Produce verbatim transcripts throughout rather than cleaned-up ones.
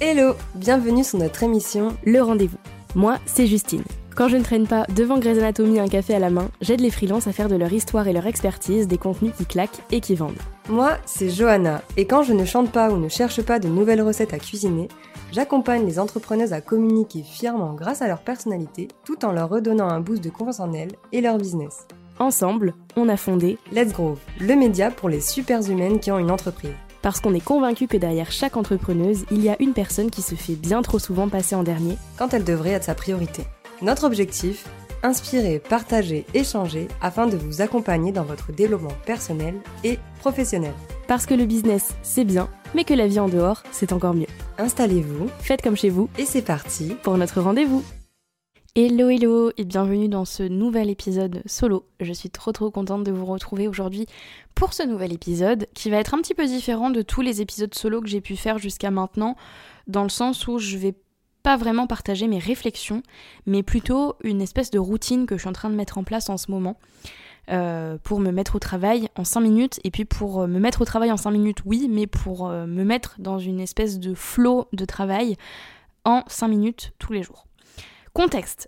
Hello, bienvenue sur notre émission Le Rendez-vous. Moi, c'est Justine. Quand je ne traîne pas devant Grey's Anatomy un café à la main, j'aide les freelances à faire de leur histoire et leur expertise des contenus qui claquent et qui vendent. Moi, c'est Johanna, et quand je ne chante pas ou ne cherche pas de nouvelles recettes à cuisiner, j'accompagne les entrepreneuses à communiquer fièrement grâce à leur personnalité, tout en leur redonnant un boost de confiance en elles et leur business. Ensemble, on a fondé Let's Grow, le média pour les superhumaines qui ont une entreprise. Parce qu'on est convaincu que derrière chaque entrepreneuse, il y a une personne qui se fait bien trop souvent passer en dernier, quand elle devrait être sa priorité. Notre objectif, inspirer, partager, échanger afin de vous accompagner dans votre développement personnel et professionnel. Parce que le business, c'est bien, mais que la vie en dehors, c'est encore mieux. Installez-vous, Faites comme chez vous, et c'est parti pour notre rendez-vous. Hello hello et bienvenue dans ce nouvel épisode solo. Je suis trop trop contente de vous retrouver aujourd'hui pour ce nouvel épisode qui va être un petit peu différent de tous les épisodes solo que j'ai pu faire jusqu'à maintenant, dans le sens où je vais pas vraiment partager mes réflexions, mais plutôt une espèce de routine que je suis en train de mettre en place en ce moment euh, pour me mettre au travail en cinq minutes, et puis pour me mettre au travail en cinq minutes, oui, mais pour euh, me mettre dans une espèce de flow de travail en cinq minutes tous les jours. Contexte.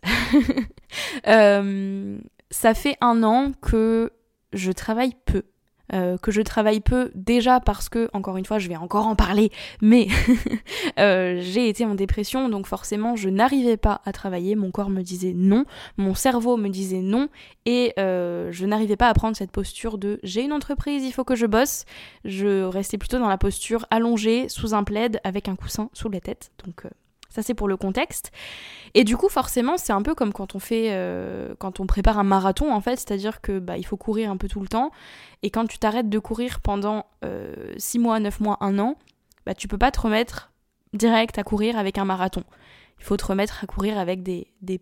euh, ça fait un an que je travaille peu. Euh, que je travaille peu déjà parce que, encore une fois, je vais encore en parler, mais euh, j'ai été en dépression, donc forcément je n'arrivais pas à travailler, mon corps me disait non, mon cerveau me disait non, et euh, je n'arrivais pas à prendre cette posture de j'ai une entreprise, il faut que je bosse. Je restais plutôt dans la posture allongée, sous un plaid, avec un coussin sous la tête, donc... Euh, Ça, c'est pour le contexte. Et du coup, forcément, c'est un peu comme quand on fait, euh, quand on prépare un marathon, en fait. C'est-à-dire que bah, il faut courir un peu tout le temps. Et quand tu t'arrêtes de courir pendant euh, six mois, neuf mois, un an, bah, tu peux pas te remettre direct à courir avec un marathon. Il faut te remettre à courir avec des, des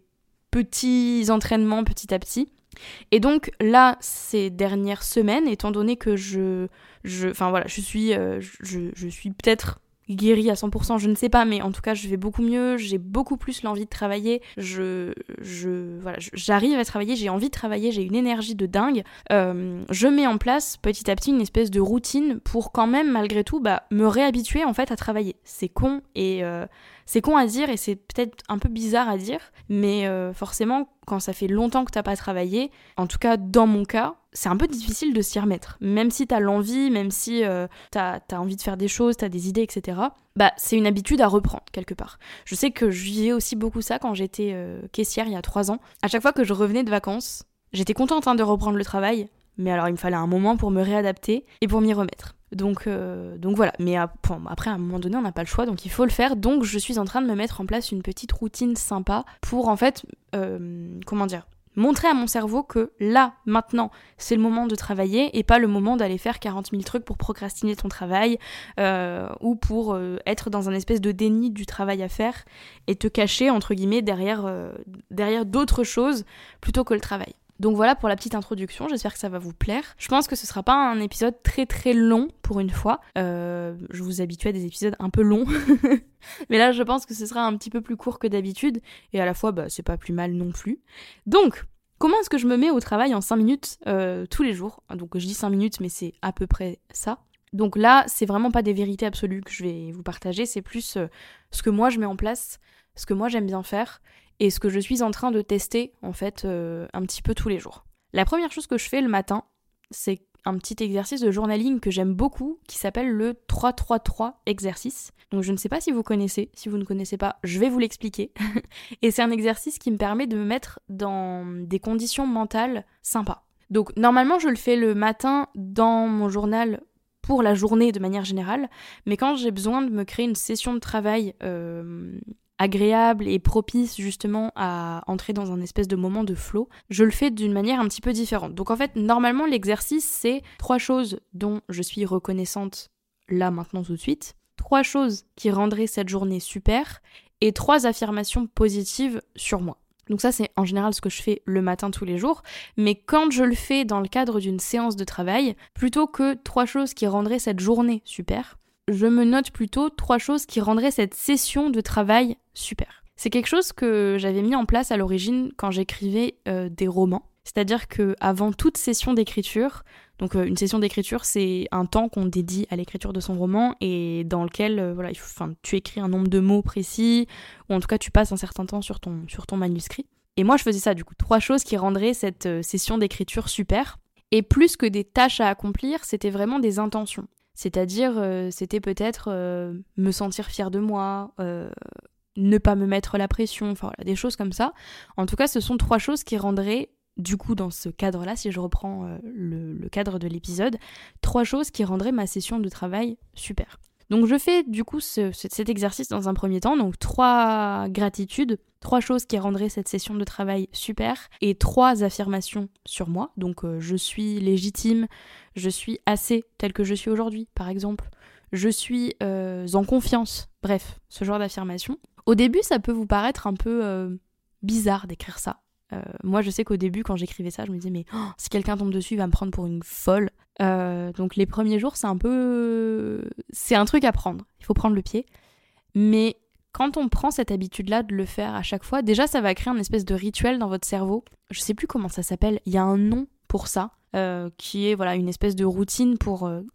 petits entraînements petit à petit. Et donc là, ces dernières semaines, étant donné que je... je enfin voilà, je suis, euh, je, je suis peut-être... guérie à cent pour cent, je ne sais pas, mais en tout cas je vais beaucoup mieux, j'ai beaucoup plus l'envie de travailler, je, je, voilà, j'arrive à travailler, j'ai envie de travailler, j'ai une énergie de dingue, euh, je mets en place petit à petit une espèce de routine pour quand même malgré tout bah, me réhabituer en fait à travailler. C'est con et euh, c'est con à dire et c'est peut-être un peu bizarre à dire, mais euh, forcément quand ça fait longtemps que t'as pas travaillé, en tout cas dans mon cas, c'est un peu difficile de s'y remettre. Même si t'as l'envie, même si euh, t'as, t'as envie de faire des choses, t'as des idées, et cetera. Bah, c'est une habitude à reprendre, quelque part. Je sais que je vivais aussi beaucoup ça quand j'étais euh, caissière il y a trois ans. À chaque fois que je revenais de vacances, j'étais contente hein, de reprendre le travail, mais alors il me fallait un moment pour me réadapter et pour m'y remettre. Donc, euh, donc voilà, mais après à un moment donné on n'a pas le choix, donc il faut le faire. Donc je suis en train de me mettre en place une petite routine sympa pour en fait, euh, comment dire, montrer à mon cerveau que là, maintenant, c'est le moment de travailler et pas le moment d'aller faire quarante mille trucs pour procrastiner ton travail euh, ou pour euh, être dans un espèce de déni du travail à faire et te cacher, entre guillemets, derrière, euh, derrière d'autres choses plutôt que le travail. Donc voilà pour la petite introduction, j'espère que ça va vous plaire. Je pense que ce sera pas un épisode très très long pour une fois. Euh, je vous habitue à des épisodes un peu longs. Mais là je pense que ce sera un petit peu plus court que d'habitude. Et à la fois bah, c'est pas plus mal non plus. Donc, comment est-ce que je me mets au travail en cinq minutes euh, tous les jours ? Donc je dis cinq minutes mais c'est à peu près ça. Donc là c'est vraiment pas des vérités absolues que je vais vous partager. C'est plus euh, ce que moi je mets en place, ce que moi j'aime bien faire. Et ce que je suis en train de tester, en fait, euh, un petit peu tous les jours. La première chose que je fais le matin, c'est un petit exercice de journaling que j'aime beaucoup, qui s'appelle le trois trois trois exercice. Donc je ne sais pas si vous connaissez, si vous ne connaissez pas, je vais vous l'expliquer. Et c'est un exercice qui me permet de me mettre dans des conditions mentales sympas. Donc normalement, je le fais le matin dans mon journal pour la journée de manière générale, mais quand j'ai besoin de me créer une session de travail... Euh, agréable et propice justement à entrer dans un espèce de moment de flow, je le fais d'une manière un petit peu différente. Donc en fait, normalement, l'exercice, c'est trois choses dont je suis reconnaissante là, maintenant, tout de suite, trois choses qui rendraient cette journée super, et trois affirmations positives sur moi. Donc ça, c'est en général ce que je fais le matin tous les jours, mais quand je le fais dans le cadre d'une séance de travail, plutôt que trois choses qui rendraient cette journée super, je me note plutôt trois choses qui rendraient cette session de travail super. C'est quelque chose que j'avais mis en place à l'origine quand j'écrivais euh, des romans. C'est-à-dire qu'avant toute session d'écriture, donc euh, une session d'écriture, c'est un temps qu'on dédie à l'écriture de son roman et dans lequel euh, voilà, il faut, enfin, tu écris un nombre de mots précis, ou en tout cas tu passes un certain temps sur ton, sur ton manuscrit. Et moi je faisais ça du coup, trois choses qui rendraient cette euh, session d'écriture super. Et plus que des tâches à accomplir, c'était vraiment des intentions. C'est-à-dire, euh, c'était peut-être euh, me sentir fière de moi, euh, ne pas me mettre la pression, enfin voilà, des choses comme ça. En tout cas, ce sont trois choses qui rendraient, du coup, dans ce cadre-là, si je reprends euh, le, le cadre de l'épisode, trois choses qui rendraient ma session de travail super. Donc je fais du coup ce, ce, cet exercice dans un premier temps, donc trois gratitudes, trois choses qui rendraient cette session de travail super, et trois affirmations sur moi, donc euh, je suis légitime, je suis assez telle que je suis aujourd'hui, par exemple, je suis euh, en confiance, bref, ce genre d'affirmation. Au début, ça peut vous paraître un peu euh, bizarre d'écrire ça. Euh, moi, je sais qu'au début, quand j'écrivais ça, je me disais, mais oh, si quelqu'un tombe dessus, il va me prendre pour une folle. Euh, donc les premiers jours, c'est un peu... C'est un truc à prendre. Il faut prendre le pied. Mais quand on prend cette habitude-là de le faire à chaque fois, déjà, ça va créer une espèce de rituel dans votre cerveau. Je sais plus comment ça s'appelle. Il y a un nom pour ça, euh, qui est voilà une espèce de routine pour... Euh,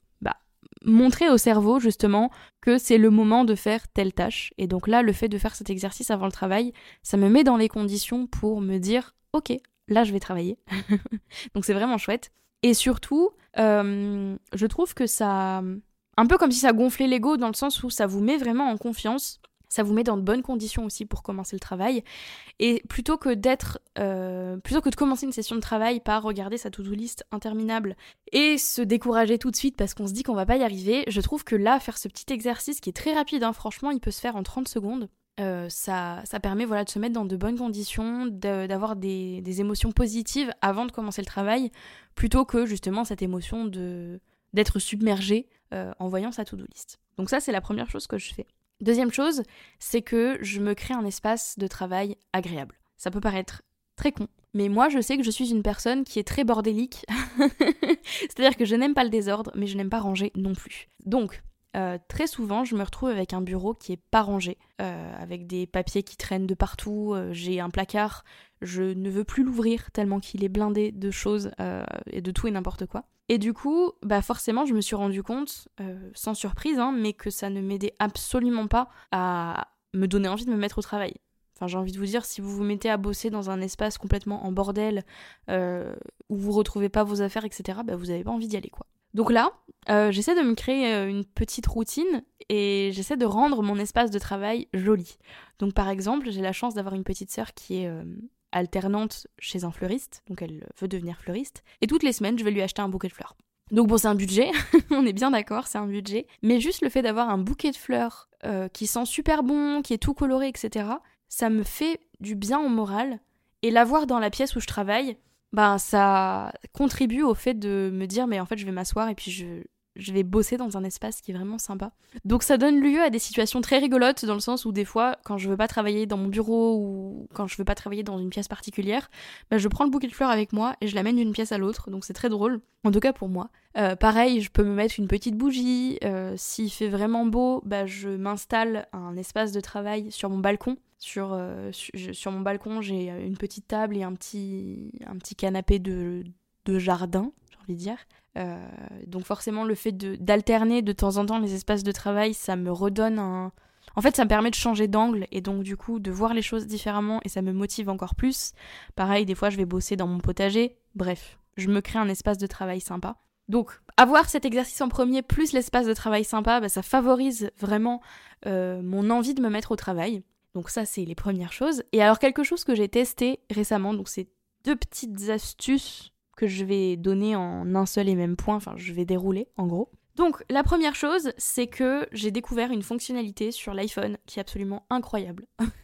montrer au cerveau justement que c'est le moment de faire telle tâche. Et donc là, le fait de faire cet exercice avant le travail, ça me met dans les conditions pour me dire « Ok, là je vais travailler ». Donc c'est vraiment chouette. Et surtout, euh, je trouve que ça... Un peu comme si ça gonflait l'ego dans le sens où ça vous met vraiment en confiance. Ça vous met dans de bonnes conditions aussi pour commencer le travail. Et plutôt que d'être, euh, plutôt que de commencer une session de travail par regarder sa to-do list interminable et se décourager tout de suite parce qu'on se dit qu'on va pas y arriver, je trouve que là, faire ce petit exercice qui est très rapide, hein, franchement, il peut se faire en trente secondes. Euh, ça, ça permet voilà, de se mettre dans de bonnes conditions, de, d'avoir des, des émotions positives avant de commencer le travail, plutôt que justement cette émotion de, d'être submergé euh, en voyant sa to-do list. Donc ça, c'est la première chose que je fais. Deuxième chose, c'est que je me crée un espace de travail agréable. Ça peut paraître très con, mais moi je sais que je suis une personne qui est très bordélique. C'est-à-dire que je n'aime pas le désordre, mais je n'aime pas ranger non plus. Donc, euh, très souvent, je me retrouve avec un bureau qui est pas rangé, euh, avec des papiers qui traînent de partout, euh, j'ai un placard, je ne veux plus l'ouvrir tellement qu'il est blindé de choses euh, et de tout et n'importe quoi. Et du coup, bah forcément, je me suis rendu compte, euh, sans surprise, hein, mais que ça ne m'aidait absolument pas à me donner envie de me mettre au travail. Enfin, j'ai envie de vous dire, si vous vous mettez à bosser dans un espace complètement en bordel, euh, où vous retrouvez pas vos affaires, et cetera, bah vous n'avez pas envie d'y aller, quoi. Donc là, euh, j'essaie de me créer une petite routine et j'essaie de rendre mon espace de travail joli. Donc par exemple, j'ai la chance d'avoir une petite sœur qui est... Euh, alternante chez un fleuriste, donc elle veut devenir fleuriste, et toutes les semaines je vais lui acheter un bouquet de fleurs. Donc bon, c'est un budget, on est bien d'accord, c'est un budget, mais juste le fait d'avoir un bouquet de fleurs euh, qui sent super bon, qui est tout coloré, et cetera, ça me fait du bien au moral, et l'avoir dans la pièce où je travaille, ben ça contribue au fait de me dire mais en fait je vais m'asseoir et puis je... je vais bosser dans un espace qui est vraiment sympa. Donc ça donne lieu à des situations très rigolotes dans le sens où des fois, quand je veux pas travailler dans mon bureau ou quand je veux pas travailler dans une pièce particulière, bah je prends le bouquet de fleurs avec moi et je l'amène d'une pièce à l'autre, donc c'est très drôle, en tout cas pour moi. Euh, pareil, je peux me mettre une petite bougie, euh, s'il fait vraiment beau, bah je m'installe un espace de travail sur mon balcon. Sur, euh, sur, sur mon balcon, j'ai une petite table et un petit, un petit canapé de, de jardin, j'ai envie de dire. Euh, donc forcément le fait de, d'alterner de temps en temps les espaces de travail, ça me redonne un... En fait ça me permet de changer d'angle et donc du coup de voir les choses différemment et ça me motive encore plus. Pareil, des fois je vais bosser dans mon potager, bref, je me crée un espace de travail sympa. Donc avoir cet exercice en premier plus l'espace de travail sympa, bah, ça favorise vraiment euh, mon envie de me mettre au travail. Donc ça c'est les premières choses. Et alors quelque chose que j'ai testé récemment, donc c'est deux petites astuces que je vais donner en un seul et même point, enfin je vais dérouler en gros. Donc la première chose, c'est que j'ai découvert une fonctionnalité sur l'iPhone qui est absolument incroyable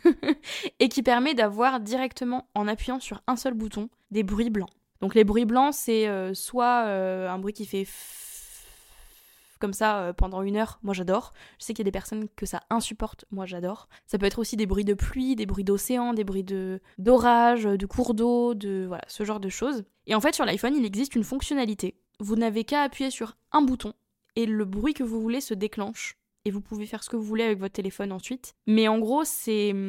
et qui permet d'avoir directement, en appuyant sur un seul bouton, des bruits blancs. Donc les bruits blancs, c'est euh, soit euh, un bruit qui fait comme ça euh, pendant une heure, moi j'adore. Je sais qu'il y a des personnes que ça insupporte, moi j'adore. Ça peut être aussi des bruits de pluie, des bruits d'océan, des bruits de d'orage, de cours d'eau, de voilà, ce genre de choses. Et en fait sur l'iPhone, il existe une fonctionnalité. Vous n'avez qu'à appuyer sur un bouton et le bruit que vous voulez se déclenche. Et vous pouvez faire ce que vous voulez avec votre téléphone ensuite. Mais en gros, c'est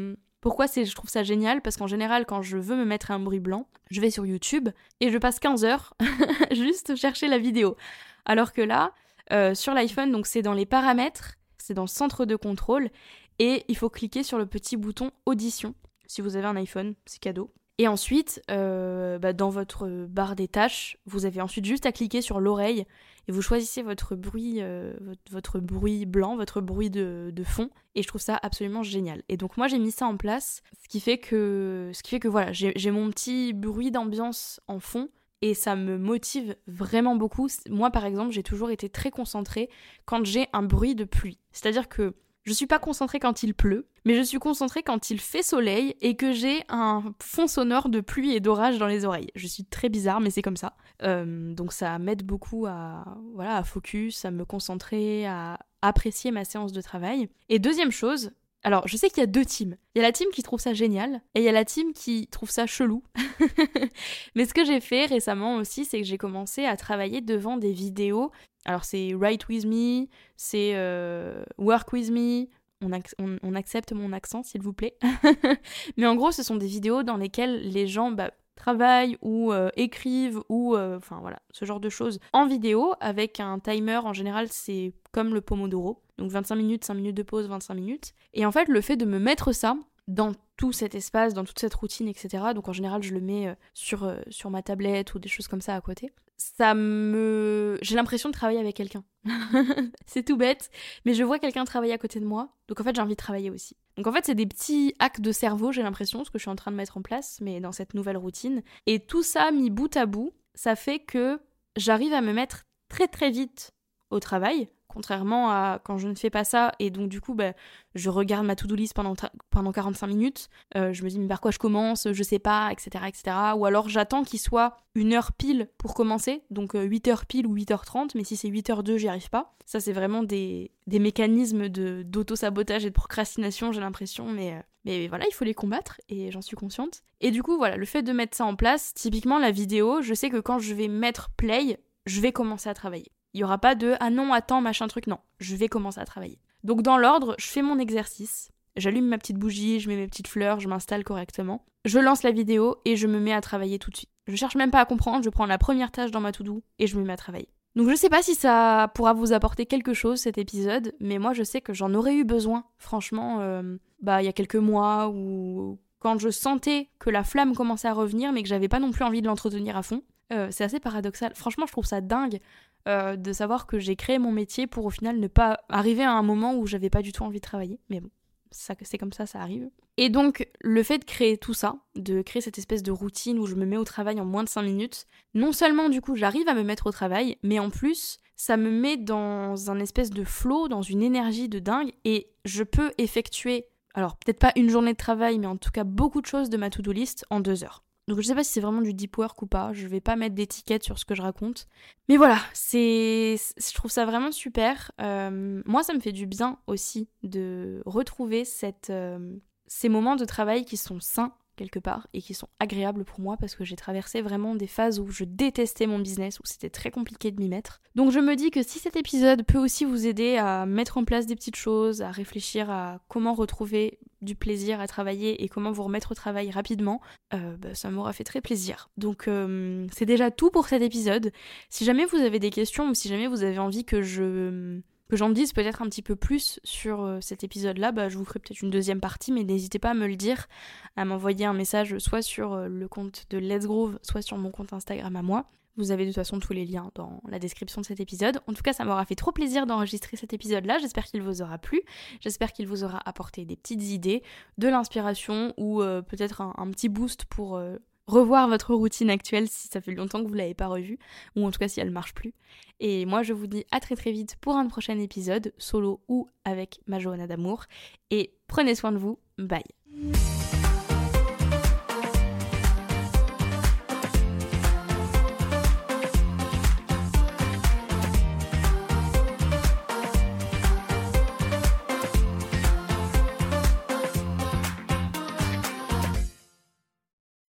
Pourquoi c'est, je trouve ça génial? Parce qu'en général, quand je veux me mettre un bruit blanc, je vais sur YouTube et je passe quinze heures juste chercher la vidéo. Alors que là, euh, sur l'iPhone, donc c'est dans les paramètres, c'est dans le centre de contrôle et il faut cliquer sur le petit bouton audition. Si vous avez un iPhone, c'est cadeau. Et ensuite, euh, bah dans votre barre des tâches, vous avez ensuite juste à cliquer sur l'oreille et vous choisissez votre bruit, euh, votre, votre bruit blanc, votre bruit de, de fond. Et je trouve ça absolument génial. Et donc moi j'ai mis ça en place, ce qui fait que, ce qui fait que voilà, j'ai, j'ai mon petit bruit d'ambiance en fond et ça me motive vraiment beaucoup. Moi par exemple, j'ai toujours été très concentrée quand j'ai un bruit de pluie. C'est-à-dire que je suis pas concentrée quand il pleut, mais je suis concentrée quand il fait soleil et que j'ai un fond sonore de pluie et d'orage dans les oreilles. Je suis très bizarre, mais c'est comme ça. Euh, donc ça m'aide beaucoup à, voilà, à focus, à me concentrer, à apprécier ma séance de travail. Et deuxième chose, alors je sais qu'il y a deux teams. Il y a la team qui trouve ça génial et il y a la team qui trouve ça chelou. Mais ce que j'ai fait récemment aussi, c'est que j'ai commencé à travailler devant des vidéos. Alors c'est Write With Me, c'est euh, Work With Me, on, ac- on, on accepte mon accent s'il vous plaît. Mais en gros ce sont des vidéos dans lesquelles les gens bah, travaillent ou euh, écrivent ou euh, enfin voilà, ce genre de choses en vidéo avec un timer. En général c'est comme le Pomodoro, donc vingt-cinq minutes, cinq minutes de pause, vingt-cinq minutes. Et en fait le fait de me mettre ça dans tout cet espace, dans toute cette routine, et cetera. Donc en général, je le mets euh, sur, euh, sur ma tablette ou des choses comme ça à côté. Ça me... J'ai l'impression de travailler avec quelqu'un. C'est tout bête, mais je vois quelqu'un travailler à côté de moi. Donc en fait, j'ai envie de travailler aussi. Donc en fait, c'est des petits hacks de cerveau, j'ai l'impression, ce que je suis en train de mettre en place, mais dans cette nouvelle routine. Et tout ça, mis bout à bout, ça fait que j'arrive à me mettre très très vite au travail, contrairement à quand je ne fais pas ça, et donc du coup bah, je regarde ma to-do list pendant, tra- pendant quarante-cinq minutes, euh, je me dis mais par quoi je commence, je sais pas, et cetera, et cetera. Ou alors j'attends qu'il soit une heure pile pour commencer, donc euh, huit heures pile ou huit heures trente, mais si c'est huit heures deux, j'y arrive pas. Ça c'est vraiment des, des mécanismes de, d'auto-sabotage et de procrastination, j'ai l'impression, mais, euh, mais voilà, il faut les combattre, et j'en suis consciente. Et du coup voilà, le fait de mettre ça en place, typiquement la vidéo, je sais que quand je vais mettre play, je vais commencer à travailler. Il n'y aura pas de « ah non, attends, machin truc », non, je vais commencer à travailler. Donc dans l'ordre, je fais mon exercice, j'allume ma petite bougie, je mets mes petites fleurs, je m'installe correctement, je lance la vidéo et je me mets à travailler tout de suite. Je cherche même pas à comprendre, je prends la première tâche dans ma to-do et je me mets à travailler. Donc je sais pas si ça pourra vous apporter quelque chose cet épisode, mais moi je sais que j'en aurais eu besoin, franchement, euh, bah il y a quelques mois ou quand je sentais que la flamme commençait à revenir mais que j'avais pas non plus envie de l'entretenir à fond. Euh, c'est assez paradoxal, franchement je trouve ça dingue. Euh, de savoir que j'ai créé mon métier pour au final ne pas arriver à un moment où j'avais pas du tout envie de travailler. Mais bon, ça, c'est comme ça, ça arrive. Et donc, le fait de créer tout ça, de créer cette espèce de routine où je me mets au travail en moins de cinq minutes, non seulement du coup j'arrive à me mettre au travail, mais en plus, ça me met dans un espèce de flow, dans une énergie de dingue, et je peux effectuer, alors peut-être pas une journée de travail, mais en tout cas beaucoup de choses de ma to-do list en deux heures. Donc je sais pas si c'est vraiment du deep work ou pas, je vais pas mettre d'étiquette sur ce que je raconte. Mais voilà, c'est, je trouve ça vraiment super. Euh, moi ça me fait du bien aussi de retrouver cette, euh, ces moments de travail qui sont sains quelque part et qui sont agréables pour moi parce que j'ai traversé vraiment des phases où je détestais mon business, où c'était très compliqué de m'y mettre. Donc je me dis que si cet épisode peut aussi vous aider à mettre en place des petites choses, à réfléchir à comment retrouver du plaisir à travailler et comment vous remettre au travail rapidement, euh, bah, ça m'aura fait très plaisir. Donc euh, c'est déjà tout pour cet épisode. Si jamais vous avez des questions ou si jamais vous avez envie que je... que j'en dise peut-être un petit peu plus sur euh, cet épisode-là, bah, je vous ferai peut-être une deuxième partie, mais n'hésitez pas à me le dire, à m'envoyer un message soit sur euh, le compte de Let's Groove, soit sur mon compte Instagram à moi. Vous avez de toute façon tous les liens dans la description de cet épisode. En tout cas, ça m'aura fait trop plaisir d'enregistrer cet épisode-là. J'espère qu'il vous aura plu. J'espère qu'il vous aura apporté des petites idées, de l'inspiration ou euh, peut-être un, un petit boost pour... Euh, revoir votre routine actuelle si ça fait longtemps que vous l'avez pas revue, ou en tout cas si elle marche plus. Et moi je vous dis à très très vite pour un prochain épisode, solo ou avec ma Johanna d'amour, et prenez soin de vous, bye.